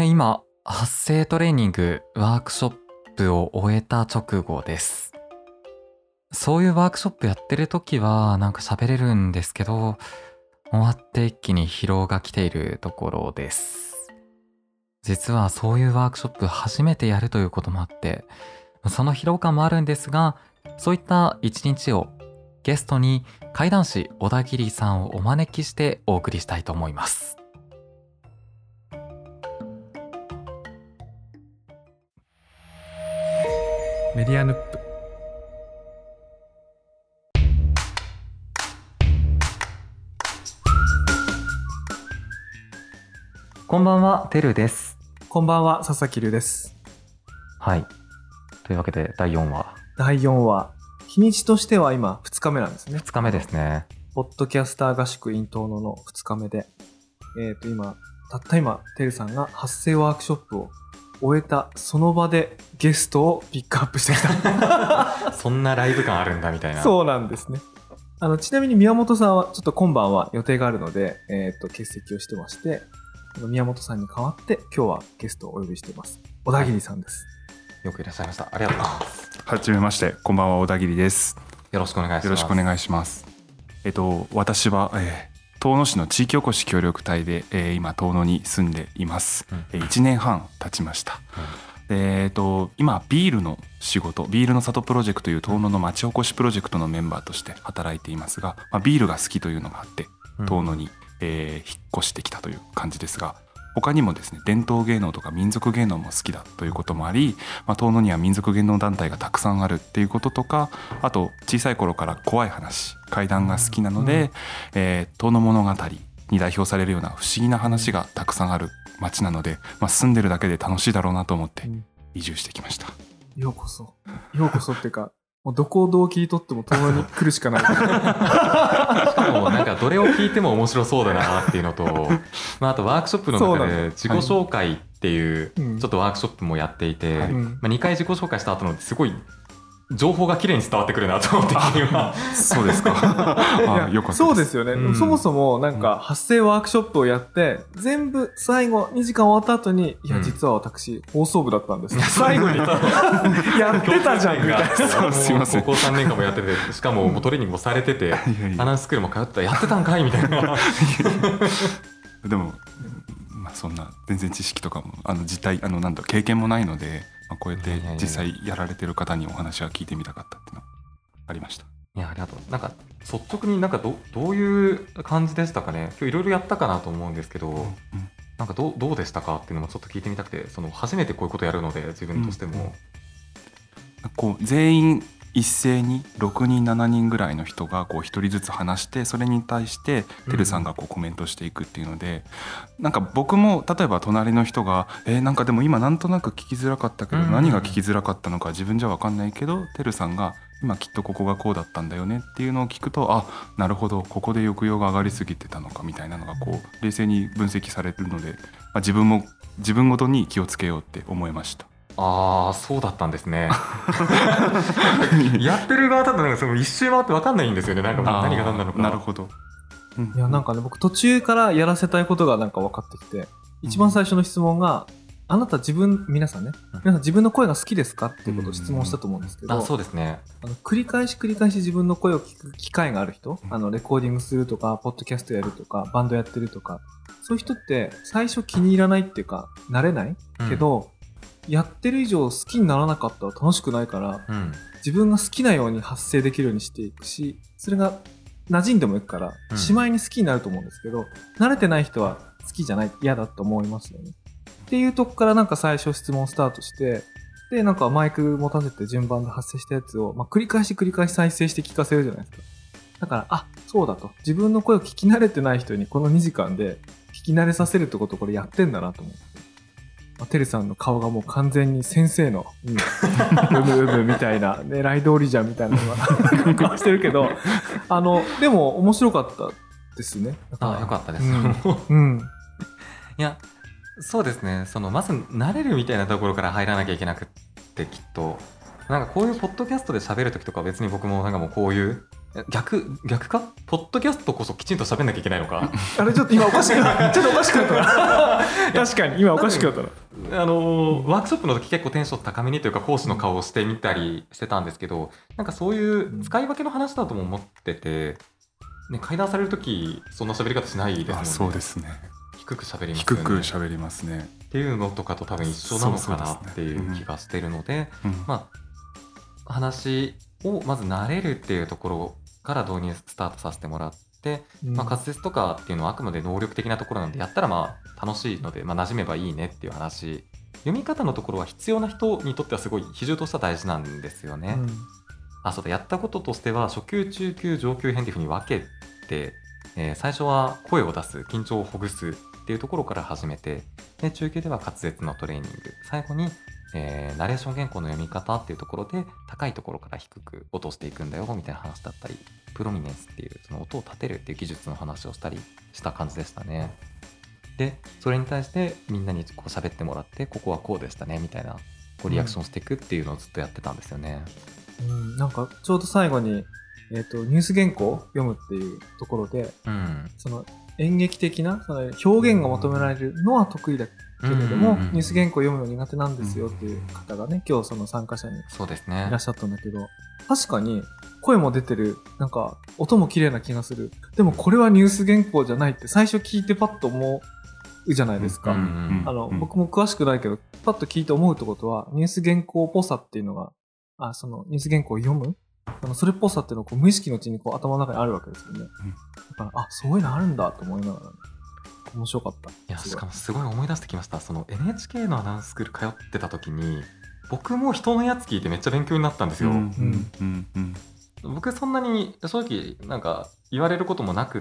今発声トレーニングワークショップを終えた直後です。そういうワークショップやってる時はなんか喋れるんですけど、終わって一気に疲労が来ているところです。実はそういうワークショップ初めてやるということもあって、その疲労感もあるんですが、そういった一日をゲストに怪談師小田切さんをお招きしてお送りしたいと思います。 メディアヌップ。 こんばんは、てるです。 こんばんは、佐々木隆です。 はい。というわけで第4話。 第4話。日にちとしては今2日目なんですね。 2日目ですね。 ポッドキャスター合宿 in 遠野の2日目で、たった今、てるさんが発声ワークショップを終えたその場でゲストをピックアップしてきた。 そんなライブ感あるんだみたいな。 そうなんですね。ちなみに宮本さんはちょっと今晩は予定があるので、欠席をしてまして、宮本さんに代わって今日はゲストをお呼びしています。小田切さんです。 よくいらっしゃいました。ありがとうございます。 はじめまして、こんばんは、小田切です。 よろしくお願いします。 よろしくお願いします。私は、遠野市の地域おこし協力隊で、今遠野に住んでいます。1年半経ちました。今ビールの仕事、ビールの里プロジェクトという遠野の町おこしプロジェクトのメンバーとして働いていますが、ビールが好きというのがあって遠野に、引っ越してきたという感じですが、他にもですね、伝統芸能とか民族芸能も好きだということもあり、遠野には民族芸能団体がたくさんあるっていうこととか、あと小さい頃から怖い話、怪談が好きなので、遠野物語に代表されるような不思議な話がたくさんある町なので、住んでるだけで楽しいだろうなと思って移住してきました。 ようこそっていうか、もうどこをどう切り取っても遠野に来るしかない。しかもなんかどれを聞いても面白そうだなっていうのと、あとワークショップの中で自己紹介っていうちょっとワークショップもやっていて、2回自己紹介した後のすごい情報が綺麗に伝わってくるなと思って今。 そうですか。よかったです。 そうですよね。そもそもなんか発声ワークショップをやって全部最後2時間終わった後に、いや実は私放送部だったんです。最後にやってたじゃんみたいな。 すいません。 高校3年間もやってて、しかももうトレーニングもされてて、アナウンススクールも通ってた、やってたんかいみたいな。 でもそんな全然知識とかも実態経験もないので、こうやって実際やられてる方にお話は聞いてみたかったっていうのがありました。 いや、ありがとう。なんか率直になんかどういう感じでしたかね。今日いろいろやったかなと思うんですけど、なんかどうでしたかっていうのもちょっと聞いてみたくて、初めてこういうことやるので自分としても、 こう全員一斉に6人7人ぐらいの人がこう1人ずつ話して、それに対しててるさんがこうコメントしていくっていうので、なんか僕も例えば隣の人がなんかでも今なんとなく聞きづらかったけど、何が聞きづらかったのか自分じゃ分かんないけど、てるさんが今きっとここがこうだったんだよねっていうのを聞くと、あ、なるほど、ここで抑揚が上がりすぎてたのかみたいなのがこう冷静に分析されてるので、自分ごとに気をつけようって思いました。 ああ、そうだったんですね。やってる側だとなんかその一周回って分かんないんですよね。なんか何が何なのか。 なるほど。 いや、なんかね、僕途中からやらせたいことがなんか分かってきて、一番最初の質問が、あなた皆さん自分の声が好きですかっていうことを質問したと思うんですけど、 そうですね。 繰り返し自分の声を聞く機会がある人、レコーディングするとか、ポッドキャストやるとか、バンドやってるとか、そういう人って最初気に入らないっていうか、慣れないけど、やってる以上好きにならなかったら楽しくないから、自分が好きなように発声できるようにしていくし、それが馴染んでもいくから、しまいに好きになると思うんですけど、慣れてない人は好きじゃない、嫌だと思いますよね。っていうとこからなんか最初質問スタートして、で、なんかマイク持たせて順番で発声したやつを、繰り返し再生して聞かせるじゃないですか。だから、そうだと。自分の声を聞き慣れてない人にこの2時間で聞き慣れさせるってことをこれやってんだなと思って。てるさんの顔がもう完全に先生の、うむみたいな、狙い通りじゃんみたいなのがしてるけど、でも面白かったですね。 よかったです。いや、そうですね。まず慣れるみたいなところから入らなきゃいけなくって、きっとなんかこういうポッドキャストで喋るときとか別に僕もなんかもうこういう逆かポッドキャストこそきちんと喋んなきゃいけないのかあれちょっと今おかしくなった。 い確かに今おかしくなったな。 ワークショップの時結構テンション高めにというか講師の顔をしてみたりしてたんですけど、なんかそういう使い分けの話だとも思ってて、ね、会談される時そんな喋り方しないですもんね。 そうですね。 低く喋りますよね。 低く喋りますね。 っていうのとかと多分一緒なのかなっていう気がしてるので、まあ話をまず慣れるっていうところから導入スタートさせてもらって、まあ、滑舌とかっていうのはあくまで能力的なところなので、やったらまあ楽しいので、まあ、馴染めばいいねっていう話。読み方のところは必要な人にとってはすごい比重としては大事なんですよね。そうだ、やったこととしては初級中級上級編っていうふうに分けて、最初は声を出す、緊張をほぐすっていうところから始めて、で中級では滑舌のトレーニング、最後に、ナレーション原稿の読み方っていうところで高いところから低く落としていくんだよみたいな話だったり、プロミネンスっていうその音を立てるっていう技術の話をしたりした感じでしたね。でそれに対してみんなにこう喋ってもらって、ここはこうでしたねみたいなこうリアクションしていくっていうのをずっとやってたんですよね。 なんかちょうど最後に、ニュース原稿を読むっていうところで、その演劇的なその表現が求められるのは得意だけれども、ニュース原稿を読むの苦手なんですよっていう方がね、今日その参加者にいらっしゃったんだけど、確かに声も出てる、なんか音も綺麗な気がする、でもこれはニュース原稿じゃないって最初聞いてパッと思うじゃないですか。僕も詳しくないけどパッと聞いて思うってことは、ニュース原稿っぽさっていうのが、そのニュース原稿を読むそれっぽさっていうのをこう無意識のうちにこう頭の中にあるわけですよね。だからそういうのあるんだと思いながら、ね、面白かった。 いや、しかもすごい思い出してきました。その NHK のアナウンススクール通ってた時に、僕も人のやつ聞いてめっちゃ勉強になったんですよ。僕そんなに正直なんか言われることもなくって、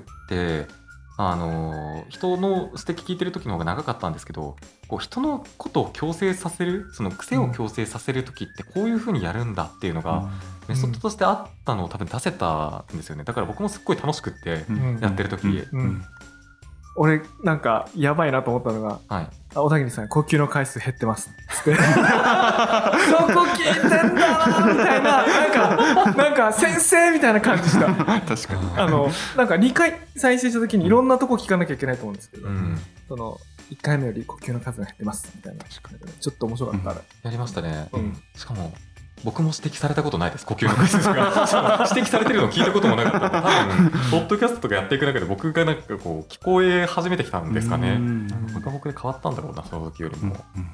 人の指摘聞いてる時の方が長かったんですけど、こう人のことを強制させる、その癖を強制させる時ってこういう風にやるんだっていうのがメソッドとしてあったのを多分出せたんですよね。だから僕もすっごい楽しくってやってる時、 俺なんかやばいなと思ったのが、小田切さん呼吸の回数減ってますってそこ聞いてんだなみたいな、なんか先生みたいな感じした。確かになんか2回再生した時にいろんなとこ聞かなきゃいけないと思うんですけど、その1回目より呼吸の数が減ってますみたいな、ちょっと面白かった。 やりましたね。しかも僕も指摘されたことないです。呼吸の回数が指摘されてるのを聞いたこともなかった。多分ポッドキャストとかやっていく中で僕がなんかこう聞こえ始めてきたんですかね。僕は僕で変わったんだろうな、その時よりも。確かに。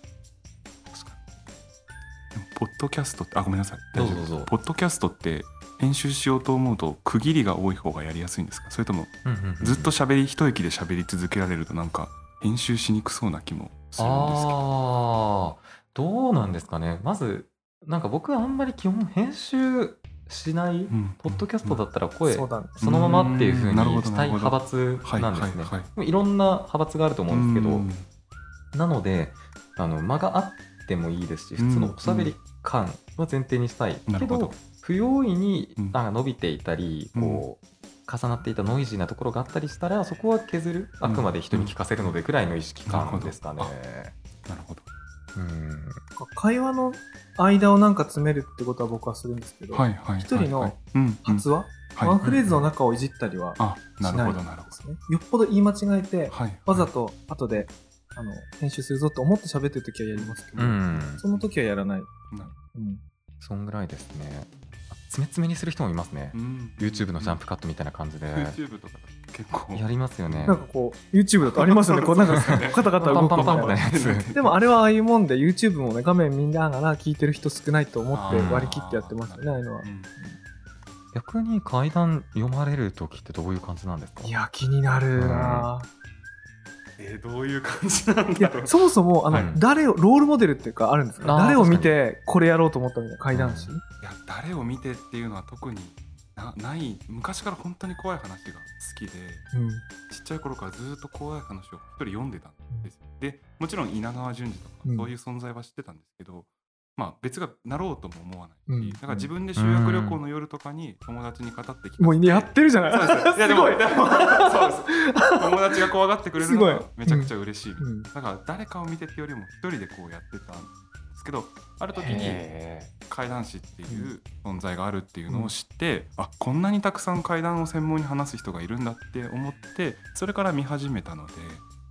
ポッドキャストって、ごめんなさい。 どうぞ。 ポッドキャストって編集しようと思うと区切りが多い方がやりやすいんですか？それともずっと一息で喋り続けられるとなんか編集しにくそうな気もするんですけど。 どうなんですかね。まずなんか僕はあんまり基本編集しない、ポッドキャストだったら声そのままっていう風にしたい派閥なんですね。いろんな派閥があると思うんですけど、なので間があってもいいですし、普通のおしゃべり感は前提にしたいけど、不用意に伸びていたりこう重なっていたノイジーなところがあったりしたら、そこは削る、あくまで人に聞かせるのでくらいの意識感ですかね。 なるほど。 会話の間をなんか詰めるってことは僕はするんですけど、一人の発話、ワンフレーズの中をいじったりはしないですね。よっぽど言い間違えて、わざと後で編集するぞと思って喋ってる時はやりますけど、その時はやらない。 そんぐらいですね。詰め詰めにする人もいますね。YouTube のジャンプカットみたいな感じで YouTube とか結構やりますよね。 なんかこう YouTube だとありますよね。こうなんかカタカタ動くみたいなやつ。でもあれはああいうもんで、 YouTube もね、画面見ながら聞いてる人少ないと思って割り切ってやってますよね、ああいうのは。 逆に怪談読まれる時ってどういう感じなんですか？ いや、気になるな。 どういう感じなんだろう。 いや、そもそも誰をロールモデルっていうかあるんですか？誰を見てこれやろうと思ったみたいな怪談師。いや、誰を見てっていうのは特にない。昔から本当に怖い話が好きで、ちっちゃい頃からずっと怖い話を一人読んでたんですよ。でもちろん稲川淳二とかそういう存在は知ってたんですけど、別がなろうとも思わないし、だから自分で修学旅行の夜とかに友達に語ってきて、 もうやってるじゃない。 そうです。いやでもそうです。友達が怖がってくれるのがめちゃくちゃ嬉しい。だから誰かを見てってよりも一人でこうやってたんですけど、ある時に怪談師っていう存在があるっていうのを知って、こんなにたくさん怪談を専門に話す人がいるんだって思って、それから見始めたので、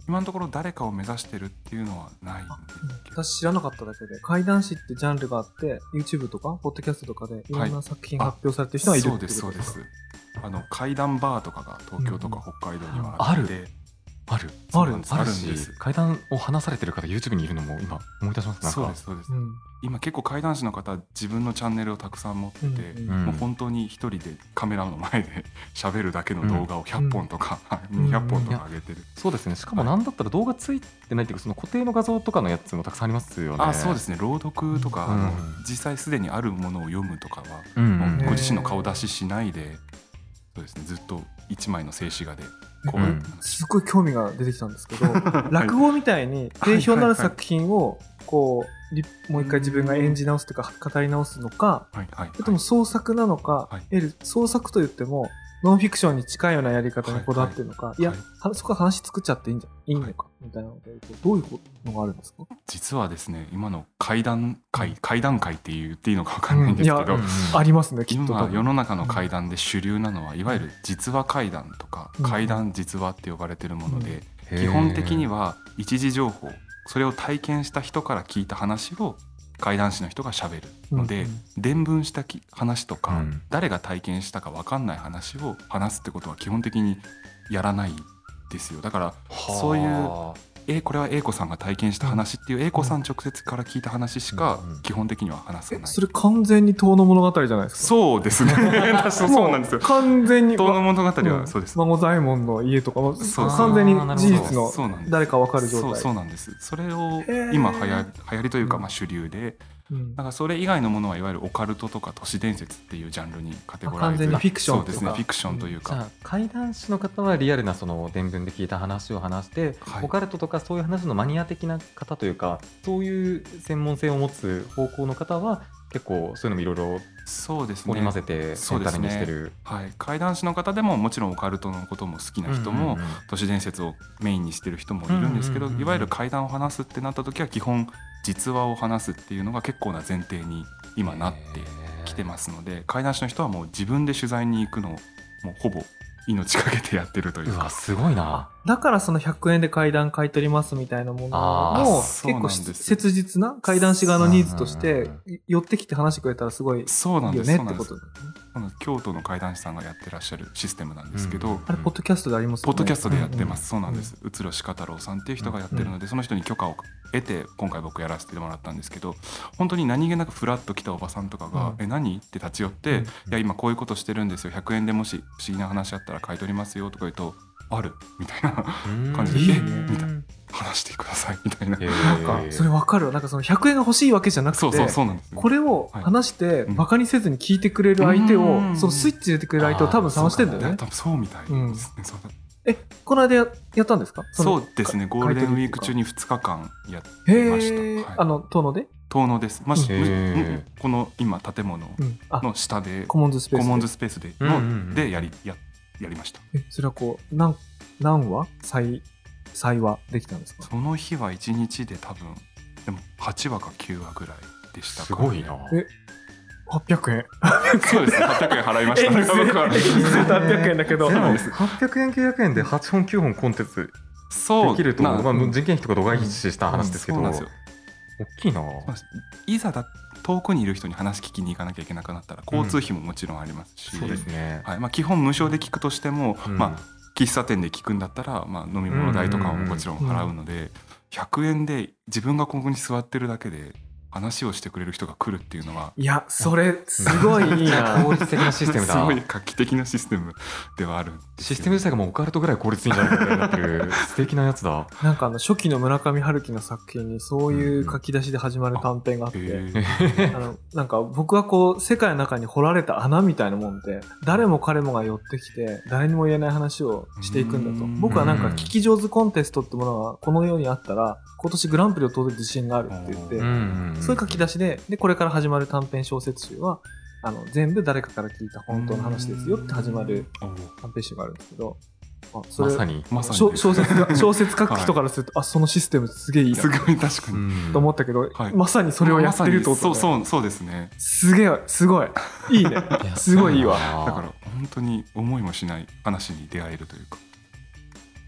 今のところ誰かを目指してるっていうのはないんですけど、 私知らなかっただけで、怪談師ってジャンルがあって、YouTube とか、ポッドキャストとかでいろんな作品発表されてる人がいるってことですか？ そうですそうです。怪談バーとかが東京とか北海道にはあって、 あるんです怪談を話されてる方 YouTube にいるのも今思い出します。なんかそうですそうです、今結構怪談師の方自分のチャンネルをたくさん持ってて、もう本当に一人でカメラの前で喋るだけの動画を100本とか、200本とか上げてる。 そうですね。しかもなんだったら動画ついてないっていうか、その固定の画像とかのやつもたくさんありますよね。 そうですね。朗読とか、実際すでにあるものを読むとかは、もうご自身の顔出ししないで、そうですね、ずっと一枚の静止画でこう、 すごい興味が出てきたんですけど、落語みたいに定評のある作品をこうもう一回自分が演じ直すとか語り直すのか、それとも創作なのか、創作といってもノンフィクションに近いようなやり方にこだわってるのか、いや、そこは話作っちゃっていいのかみたいなので、どういうのがあるんですか？ 実はですね、今の怪談会って言っていいのか分かんないんですけど、 ありますね、きっと。 今世の中の怪談で主流なのは、いわゆる実話怪談とか、怪談実話って呼ばれてるもので、基本的には一時情報、それを体験した人から聞いた話を怪談師の人が喋るので、伝聞した話とか、誰が体験したか分かんない話を話すってことは基本的にやらないですよ。だからそういうこれは A 子さんが体験した話っていう A 子さん直接から聞いた話しか基本的には話さない。 それ完全に遠野物語じゃないですか。 そうですね。そうなんですよ。 完全に遠野物語はそうです。 孫左衛門の家とかも完全に事実の誰か分かる状態。 そうなんです。それを今流行りというか、主流で、だからそれ以外のものはいわゆるオカルトとか都市伝説っていうジャンルにカテゴライズ。 完全にフィクションとか。 そうですね、フィクションというか。 じゃあ怪談師の方はリアルなその伝聞で聞いた話を話して、オカルトとかそういう話のマニア的な方というか、そういう専門性を持つ方向の方は結構そういうのもいろいろ織り交ぜてエンタメにしてる。 怪談師の方でももちろんオカルトのことも好きな人も、都市伝説をメインにしてる人もいるんですけど、いわゆる怪談を話すってなった時は基本実話を話すっていうのが結構な前提に今なってきてますので、怪談師の人はもう自分で取材に行くのをもうほぼ命かけてやってるというか。 すごいな。 だからその100円で怪談買い取りますみたいなものも結構切実な怪談師側のニーズとして寄ってきて話してくれたらすごいいいよねってことだね。 京都の怪談師さんがやってらっしゃるシステムなんですけど、 あれポッドキャストでありますよね。 ポッドキャストでやってます。そうなんです。宇津呂鹿太郎さんっていう人がやってるので、その人に許可を得て今回僕やらせてもらったんですけど、本当に何気なくフラッと来たおばさんとかが何って立ち寄って、いや今こういうことしてるんですよ、100円でもし不思議な話あったら買い取りますよとか言うと、あるみたいな感じでみたいな、話してくださいみたいな。 なんかそれ分かる。なんかその100円が欲しいわけじゃなくて、 そうなんです、 これを話してバカにせずに聞いてくれる相手を、そのスイッチ入れてくれる相手を多分探してるんだよね。 多分そうみたいですね。この間やったんですか？ そうですね。ゴールデンウィーク中に2日間やってました。 遠野で？ 遠野です。この今建物の下でコモンズスペースでやりました。 それはこう何話再話できたんですか？ その日は1日で多分でも8話か9話ぐらいでしたか。 すごいな。 800円。 そうです。800円払いました。僕は 800円だけど。 800円900円で8本9本コンテンツできると、人件費とか度外視した話ですけど、大きいな。 いざ遠くにいる人に話聞きに行かなきゃいけなくなったら交通費ももちろんありますし、 そうですね。 基本無償で聞くとしても、喫茶店で聞くんだったら、飲み物代とかももちろん払うので、100円で自分がここに座ってるだけで話をしてくれる人が来るっていうのは、 いやそれすごいいいな。 効率的なシステムだ。 すごい画期的なシステムではある。 システム自体がもうオカルトぐらい効率いいんじゃないかなっていう素敵なやつだ。 なんか初期の村上春樹の作品にそういう書き出しで始まる短編があって、なんか僕はこう世界の中に掘られた穴みたいなもんで、誰も彼もが寄ってきて誰にも言えない話をしていくんだと。僕はなんか聞き上手コンテストってものがこの世にあったら今年グランプリを取る自信があるって言って、そういう書き出しでこれから始まる短編小説集は全部誰かから聞いた本当の話ですよって始まる短編集があるんですけど、それまさに小説書く人からすると、そのシステムすげえいいな、 すごい確かにと思ったけど、まさにそれをやってるってことね。 そうですね。 すげえ、すごいいいね。すごいいいわ。 だから本当に思いもしない話に出会えるというか。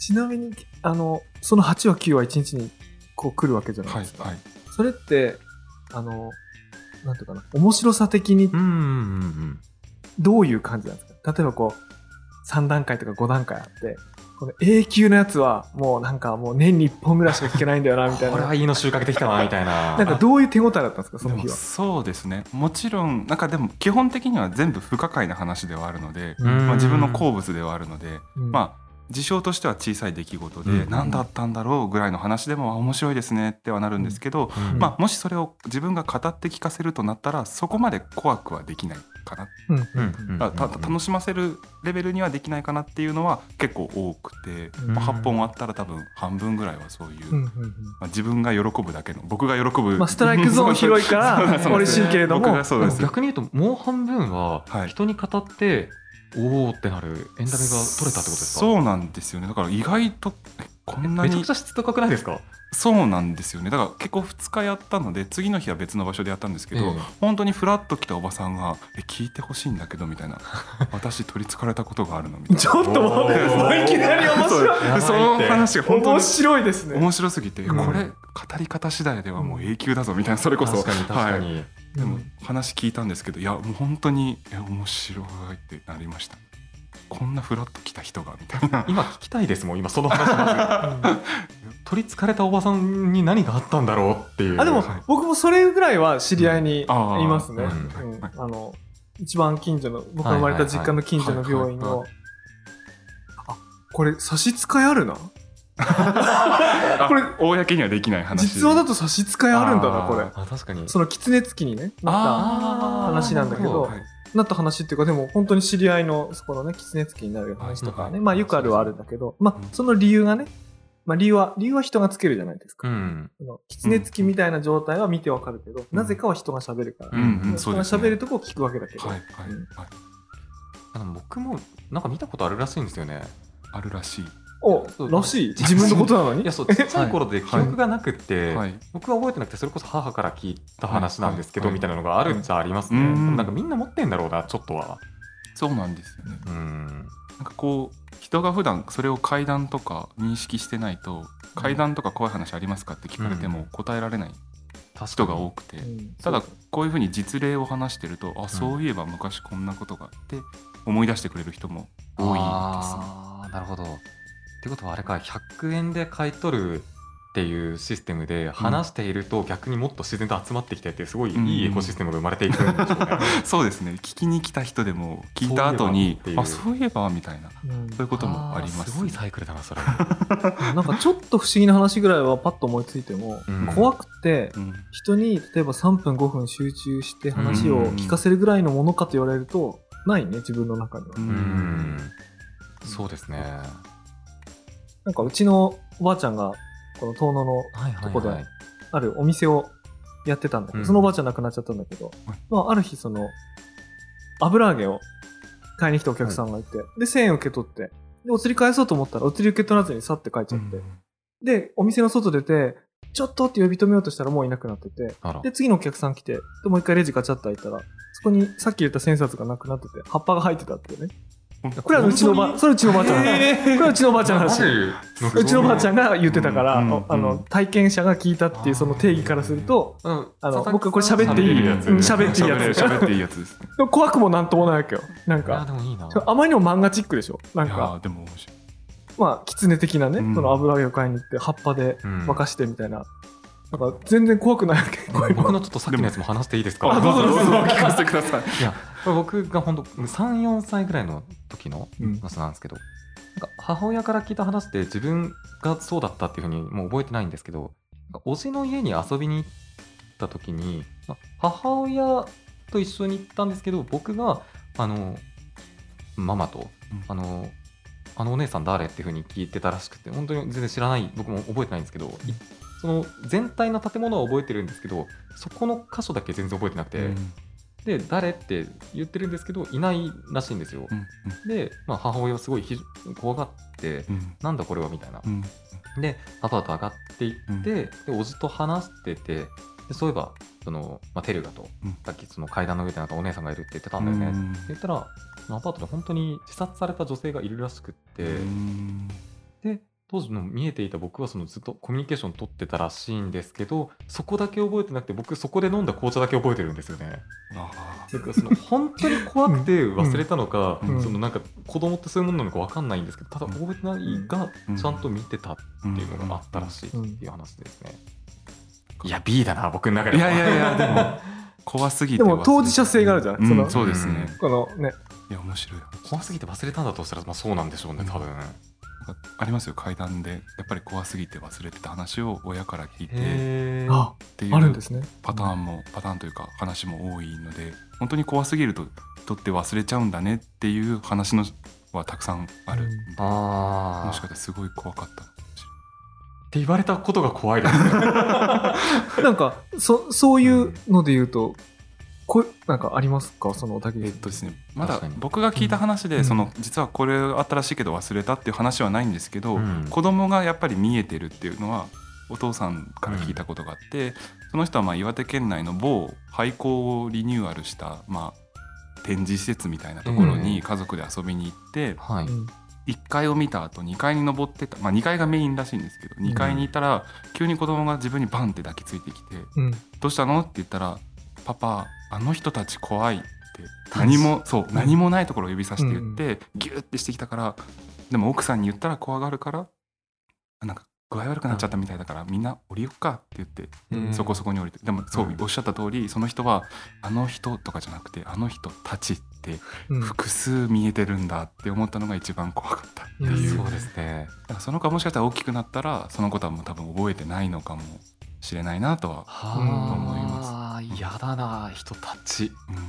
ちなみにその8話9話1日にこう来るわけじゃないはいですか、 はい。 それってなんていうかな、面白さ的にどういう感じなんですか？例えばこう3段階とか5段階あって、この A 級のやつはもうなんかもう年に1本ぐらいしか聞けないんだよなみたいな。 これはいいの収穫できたなみたいな。 なんかどういう手応えだったんですか、その日でもは。 そうですね、もちろんなんかでも基本的には全部不可解な話ではあるので、 うん自分の好物ではあるので、 うん事象としては小さい出来事で、 うん何だったんだろうぐらいの話でも面白いですねってはなるんですけど、 うんもしそれを自分が語って聞かせるとなったらそこまで怖くはできないかな、楽しませるレベルにはできないかなっていうのは結構多くて、8本あったら多分半分ぐらいはそういう、自分が喜ぶだけの、僕が喜ぶ、 ストライクゾーン広いから嬉しいけれども、 僕がそうです逆に言うともう半分ははい人に語っておーってなるエンタメが取れたってことですか？ そうなんですよね。だから意外とこんなにめちゃくちゃ質高くないですか？ そうなんですよね。だから結構2日やったので次の日は別の場所でやったんですけど、本当にフラッと来たおばさんが聞いてほしいんだけどみたいな私取りつかれたことがあるのみたいなちょっと待ってください、いきなり面白い。 その話が本当に面白いですね。 面白すぎて、 うんこれ語り方次第ではもう永久だぞみたいな、それこそ確かに確かに、 はい、でも話聞いたんですけど、いやもう本当に面白いってなりました。こんなフラッと来た人がみたいな。 今聞きたいですもん、今その話まず取りつかれたおばさんに何があったんだろうっていう。 でもはい僕もそれぐらいは知り合いにいうんますね。 うん一番近所の、僕が生まれた実家の近所の病院の、これ差し支えあるな。これ公にはできない話。 実話だと差し支えあるんだな、これ。 あ、確かに。 その狐つきにね、なった話なんだけど、 はいなった話っていうか、でも本当に知り合いのそこのね、狐つきになる話とかね、よくあるはあるんだけど、その理由がね、理由は人がつけるじゃないですか。その狐つきみたいな状態は見てわかるけど、なぜかは人が喋るから、人が喋るとこを聞くわけだけど。 僕もなんか見たことあるらしいんですよね。 あるらしい。 らしい。自分のことなのに。 いや、そう、小さい頃で記憶がなくて、僕は覚えてなくて、それこそ母から聞いた話なんですけど、みたいなのがあるっちゃありますね。なんかみんな持ってんだろうな、ちょっとは。 そうなんですよね。なんかこう人が普段それを怪談とか認識してないと、怪談とか怖い話ありますかって聞かれても答えられない人が多くて、ただこういうふうに実例を話してると、そういえば昔こんなことがあって思い出してくれる人も多いですね。 なるほど。ってことはあれか、100円で買い取るっていうシステムで話していると逆にもっと自然と集まってきてっていう、すごいいいエコシステムが生まれていくんでしょうね。 そうですね。聞きに来た人でも聞いた後にそういえばみたいな、そういうこともあります。 すごいサイクルだなそれ。 なんかちょっと不思議な話ぐらいはパッと思いついても、怖くて人に例えば3分5分集中して話を聞かせるぐらいのものかと言われるとないね、自分の中には。 そうですね。 なんかうちのおばあちゃんがこの遠野のとこであるお店をやってたんだけど、そのおばあちゃん亡くなっちゃったんだけど、ある日その油揚げを買いに来たお客さんがいて、で1000円受け取って、でお釣り返そうと思ったらお釣り受け取らずに去って帰っちゃって、でお店の外出てちょっとって呼び止めようとしたらもういなくなってて、で次のお客さん来て、でもう一回レジガチャッと開いたら、そこにさっき言った1000冊がなくなってて葉っぱが入ってたってね。これはうちのおばあちゃん。これはうちのおばあちゃんの話。うちのおばあちゃんが言ってたから、体験者が聞いたっていうその定義からすると、僕はこれ喋っていいやつ。喋っていいやつ。 喋っていいやつです。 怖くもなんともないわけよ。なんか、あまりにも漫画チックでしょ。なんか、 でも面白い。 狐的なね、その油揚げを買いに行って葉っぱで沸かしてみたいな。なんか全然怖くないわけ。 僕のちょっとさっきのやつも話していいですか？ どうぞ聞かせてください。 いや、これ僕が本当3、4歳ぐらいの時の話なんですけど、なんか母親から聞いた話で自分がそうだったっていうふうにもう覚えてないんですけど、おじの家に遊びに行った時に母親と一緒に行ったんですけど、僕がママとあのお姉さん誰っていうふうに聞いてたらしくて、本当に全然知らない、僕も覚えてないんですけど、その全体の建物は覚えてるんですけど、そこの箇所だけ全然覚えてなくて、で誰って言ってるんですけどいないらしいんですよ。で、母親はすごい怖がって、なんだこれはみたいな。でアパート上がっていって、でおじと話してて、でそういえばその、テルガと、さっきその階段の上でなんかお姉さんがいるって言ってたんだよねって言ったら、アパートで本当に自殺された女性がいるらしくって、で当時の見えていた僕はそのずっとコミュニケーション取ってたらしいんですけど、そこだけ覚えてなくて、僕そこで飲んだ紅茶だけ覚えてるんですよね。 あだからその本当に怖くて忘れたのか、 うんそのなんか子供ってそういうものなのか分かんないんですけど、ただ覚えてないがうんちゃんと見てたっていうのがあったらしいってうんいう話ですね。いや B だな僕の中では。 いやいやいやでも怖すぎてでも当事者性があるじゃん、 うんそのそうですね、 このね。 いや面白い怖すぎて忘れたんだとしたら、まあ、そうなんでしょうね多分。 なんかありますよ、階段でやっぱり怖すぎて忘れてた話を親から聞いてへーあ、 っていうあるんですね。 パターンというか話も多いので、本当に怖すぎると人って忘れちゃうんだねっていう話のはたくさんある、 あーもしかしたらすごい怖かった。 って言われたことが怖いですね。 なんかそういうので言うと、なんかありますか、そのだけですね、まだ確かに僕が聞いた話で、 うんその実はこれあったらしいけど忘れたっていう話はないんですけど、 うん子供がやっぱり見えてるっていうのはお父さんから聞いたことがあって、その人はまあ岩手県内の某廃校をリニューアルした、まあ、展示施設みたいなところに家族で遊びに行って、 はい、 うん 1階を見た後2階に登ってた、まあ、2階がメインらしいんですけど、2階にいたら急に子供が自分にバンって抱きついてきて、 うんどうしたのって言ったら、パパあの人たち怖いって何もないところを指さして言ってギューってしてきたから、でも奥さんに言ったら怖がるから、なんか具合悪くなっちゃったみたいだからみんな降りよっかって言って、そこそこに降りて、でもそうおっしゃった通り、その人はあの人とかじゃなくてあの人たちってうん複数見えてるんだって思ったのが一番怖かったっていう、 そうですね。 だからその子はもしかしたら大きくなったらそのことはもう多分覚えてないのかもしれないなとは、思いはあ、嫌だな人たち。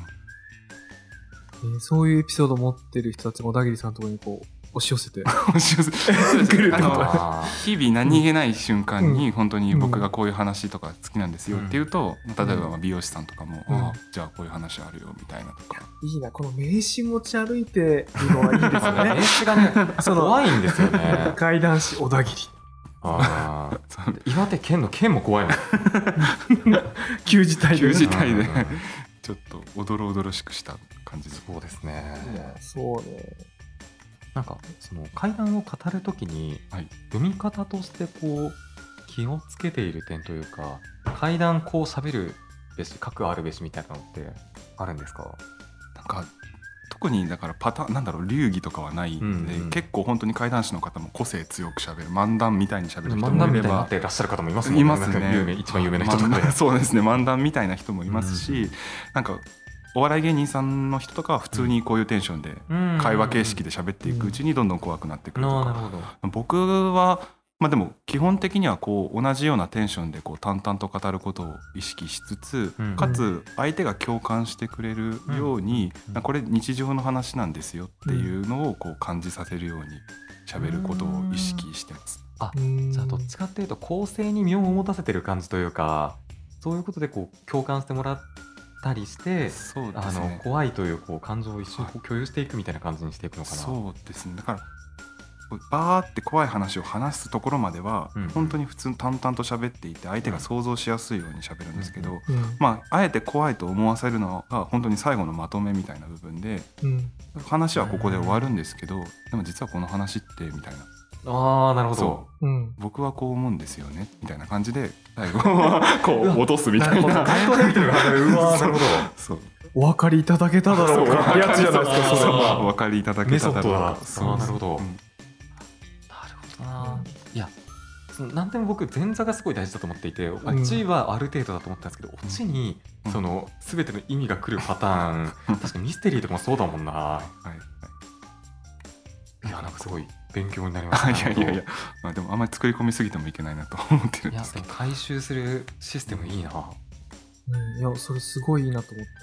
そういうエピソードを持ってる人たちも小田切さんのところにこう押し寄せて来るってこと日々何気ない瞬間に本当に僕がこういう話とか好きなんですよっていうと、例えばまあ美容師さんとかも、あじゃあこういう話あるよみたいなとか、 いいな、この名刺持ち歩いてるのはいいですよね。 名刺がね怖いんですよね。 怪談師小田切あー岩手県の県も怖いもん。 旧字体で旧字体でうんちょっとおどろおどろしくした感じです。 そうですいやね。 そうね。 なんかその怪談を語るときに、 はい読み方としてこう気をつけている点というか、怪談こう喋るべし、核あるべしみたいなのってあるんですか？ なんか特にだからパターンなんだろう、流儀とかはないんで、 うんうん結構本当に怪談師の方も個性強く喋る、漫談みたいに喋る人漫もいれば談みたいになっていらっしゃる方もいますもんね。 いますなんかね、 一番有名な人とかで。 そうですね、漫談みたいな人もいますし、なんかお笑い芸人さんの人とかは普通にこういうテンションで会話形式で喋っていくうちにどんどん怖くなってくるとか、 なるほど。 僕はまあでも基本的にはこう同じようなテンションでこう淡々と語ることを意識しつつ、 うんかつ相手が共感してくれるように、 うんこれ日常の話なんですよっていうのをこう感じさせるように喋ることを意識してます。 じゃあどっちかっていうと構成に身を持たせてる感じというか、そういうことでこう共感してもらったりして、 そうですね、 怖いというこう感情を一緒にこう共有していくみたいな感じにしていくのかな。 そうですね、だからバーって怖い話を話すところまでは、 うん本当に普通に淡々と喋っていて相手が想像しやすいように喋るんですけど、 うんまあ、あえて怖いと思わせるのが本当に最後のまとめみたいな部分で、話はここで終わるんですけど、でも実はこの話ってみたいな、 ああなるほど。 そう僕はこう思うんですよねみたいな感じで最後はこう落とすみたいな。 回答で見てるからうわーなるほど。 そうお分かりいただけただろうかやつじゃないですか、それそうは。 お分かりいただけただろうか。そうなるほど。 うんなるほどな。いや、何でも僕前座がすごい大事だと思っていて、オチはある程度だと思ったんですけど、オチにその全ての意味が来るパターン、確かにミステリーとかもそうだもんな。 はいいやなんかすごい勉強になりましたね。 いや、まあ、でもあんまり作り込みすぎてもいけないなと思ってるんいやですけど。 でも回収するシステムいいな。 いや、それすごいいいなと思って。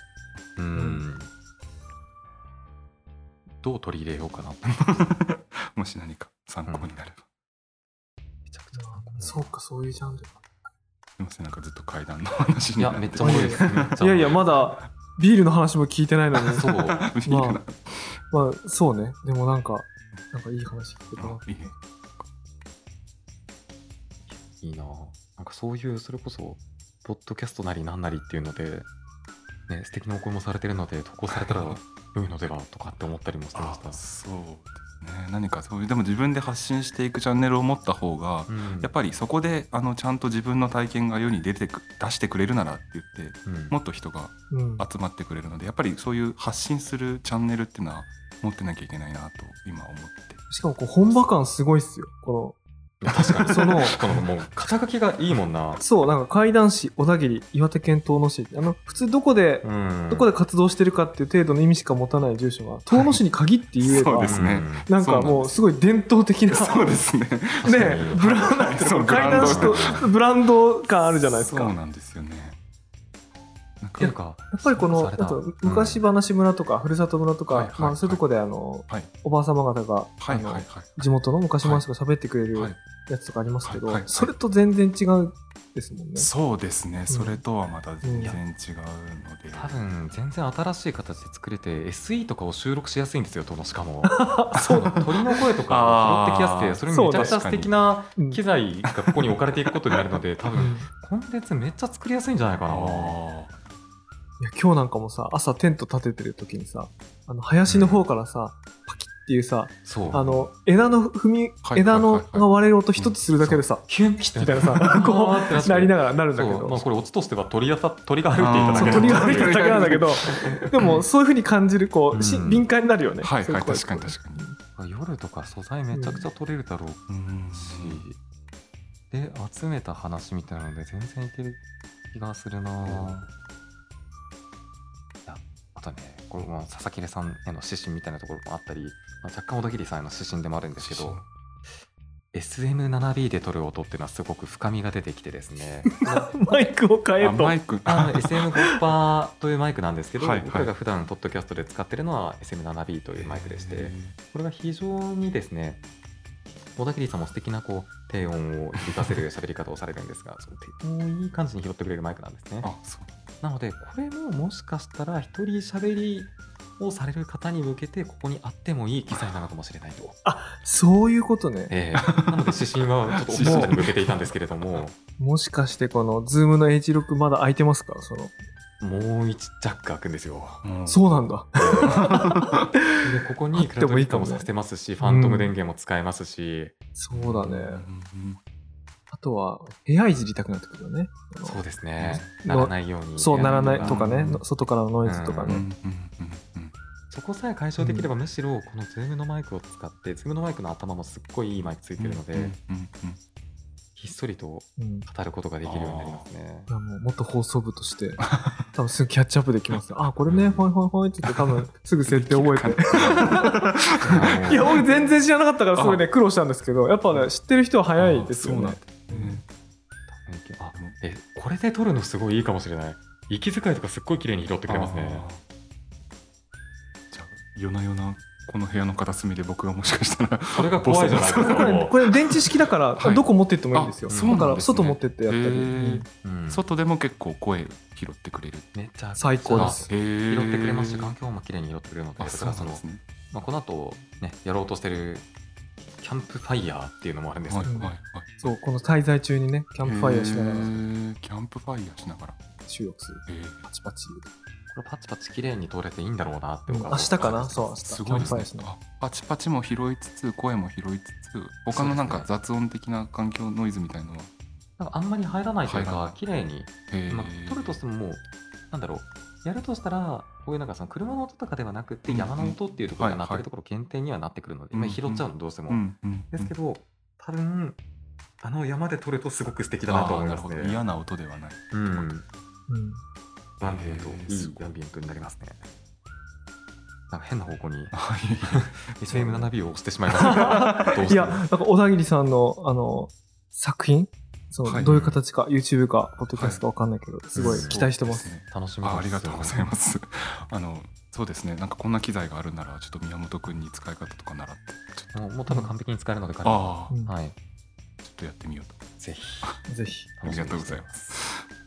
どう取り入れようかな。 もし何か参考になれば。 めちゃくちゃ。 そうか、そういうジャンル。 すみません、なんかずっと階段の話になって。 いやめっちゃ面白いです。 いやいや、まだビールの話も聞いてないのに。 そう。 ビールなまあ、そうね。でもなんかいい話聞けたな。 いいね。 いいな。なんかそういうそれこそポッドキャストなりなんなりっていうので、ね、素敵なお声もされてるので投稿されたら良いのではとかって思ったりもしてました。 そうです何かそういうでも自分で発信していくチャンネルを持った方が、やっぱりそこでちゃんと自分の体験が世に出してくれるならって言って、もっと人が集まってくれるので、やっぱりそういう発信するチャンネルっていうのは持ってなきゃいけないなと今思って。 しかも本場感すごいっすよ。 確かにこのもう肩書きがいいもんな。 そう、なんか怪談師小田切岩手県遠野市、普通どこで活動してるかっていう程度の意味しか持たない住所が遠野市に限って言えば、 そうですね、 なんかもうすごい伝統的な、 そうですね、 ブランドなんていうの、怪談師とブランド感あるじゃないですか。 そうなんですよね。 やっぱりこの昔話村とかふるさと村とか、そういうとこでおばあ様方が地元の昔話とか喋ってくれるやつとかありますけど、それと全然違うですもんね。 そうですね、それとはまた全然違うので、 多分全然新しい形で作れて SE とかを収録しやすいんですよ。しかも鳥の声とか拾ってきやすくて、それめちゃくちゃ素敵な機材がここに置かれていくことになるので、多分コンテンツめっちゃ作りやすいんじゃないかな。 いや今日なんかもさ、朝テント立ててる時にさ、林の方からさ、パキッっていうさ、枝のが割れる音一つするだけでさ、キュンみたいなさ、こうなりながらなるんだけど、 これオチとしては鳥が歩いていただけ、 鳥が歩いていただけなんだけど、でもそういう風に感じる敏感になるよね。 はいはい、確かに夜とか素材めちゃくちゃ取れるだろうし、で集めた話みたいなので全然いける気がするな。あとね、これも佐々木さんへの指針みたいなところもあったり、若干小田切さんへの指針でもあるんですけど、SM7B で撮る音っていうのはすごく深みが出てきてですねマイクを変えと SM5 というマイクなんですけど、僕らが普段ポッドキャストで使ってるのは SM7B というマイクでして、これが非常にですね、小田切さんも素敵な低音を響かせる喋り方をされるんですが、とてもいい感じに拾ってくれるマイクなんですね。なのでこれももしかしたら一人喋りをされる方に向けてここにあってもいい機材なのかもしれないと。 そういうことね。 なので指針はちょっとお二人に向けていたんですけれどももしかしてこの Zoom の H6 まだ開いてますか？ もう1ジャック開くんですよ。 そうなんだでここにクラウドリッカーもさせてますし、ファントム電源も使えますし、 そうだね。あとは部屋いじりたくなってくるよね。 そうですね、ならないように。 そうならないとかね、外からのノイズとかね、 そこさえ解消できれば、むしろこの Zoom のマイクを使って、Zoom のマイクの頭もすっごいいいマイクついてるので、ひっそりと語ることができるようになりますね。 もう元放送部として多分すぐキャッチアップできますよ。これね、ほいほいほいって言って多分すぐ設定覚えていや俺全然知らなかったからすごいね苦労したんですけど、やっぱね知ってる人は早いですよね。 これで撮るのすごいいいかもしれない。息遣いとかすっごい綺麗に拾ってくれますね。 じゃあ夜な夜なこの部屋の片隅で僕がもしかしたらそれが怖いじゃないですか。 これ電池式だからどこ持ってってもいいんですよ。だから外持ってってやったり、 外でも結構声拾ってくれる。 めっちゃ最高です。 拾ってくれますし、環境も綺麗に拾ってくれるので、だからこの後ねやろうとしてるキャンプファイヤーっていうのもあるんですけど、 そうこの滞在中にねキャンプファイヤーしながらキャンプファイヤーしながら収録する。パチパチ。 これパチパチ綺麗に撮れていいんだろうなって。 明日かな。そう、 すごいですね。パチパチも拾いつつ声も拾いつつ、他のなんか雑音的な環境ノイズみたいなのはなんかあんまり入らないというか、綺麗に撮るとしても、もうなんだろう、やるとしたらこういうなんかその車の音とかではなくて山の音っていうところが鳴ってるところ限定にはなってくるので、今拾っちゃうのどうしてもですけど、多分山で撮るとすごく素敵だなと思いますね。 嫌な音ではない。 アンビエント、いいアンビエントになりますね。なんか変な方向にSM7B を押してしまいました。 いや、なんか小田切さんの作品、どういう形か YouTube かポッドキャストか分かんないけど、すごい期待してます。 楽しみです。 ありがとうございます。そうですね、なんかこんな機材があるならちょっと宮本くんに使い方とか習ってもう多分完璧に使えるので、彼はちょっとやってみようと。 ぜひありがとうございます。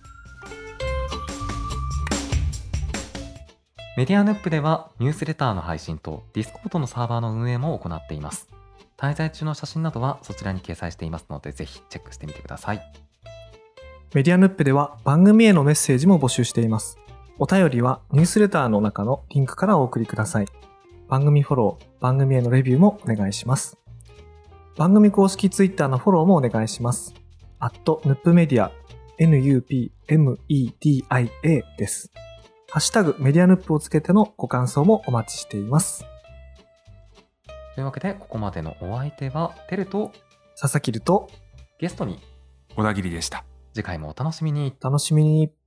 メディアヌップではニュースレターの配信とディスコードのサーバーの運営も行っています。滞在中の写真などはそちらに掲載していますので、ぜひチェックしてみてください。 メディアヌップでは番組へのメッセージも募集しています。お便りはニュースレターの中のリンクからお送りください。 番組フォロー、番組へのレビューもお願いします。番組公式ツイッターのフォローもお願いします。@NUPMEDIA NUPMEDIA です。ハッシュタグメディアヌップをつけてのご感想もお待ちしています。 というわけで、ここまでのお相手はテルと佐々木るとゲストに小田切でした。 次回もお楽しみに。 楽しみに。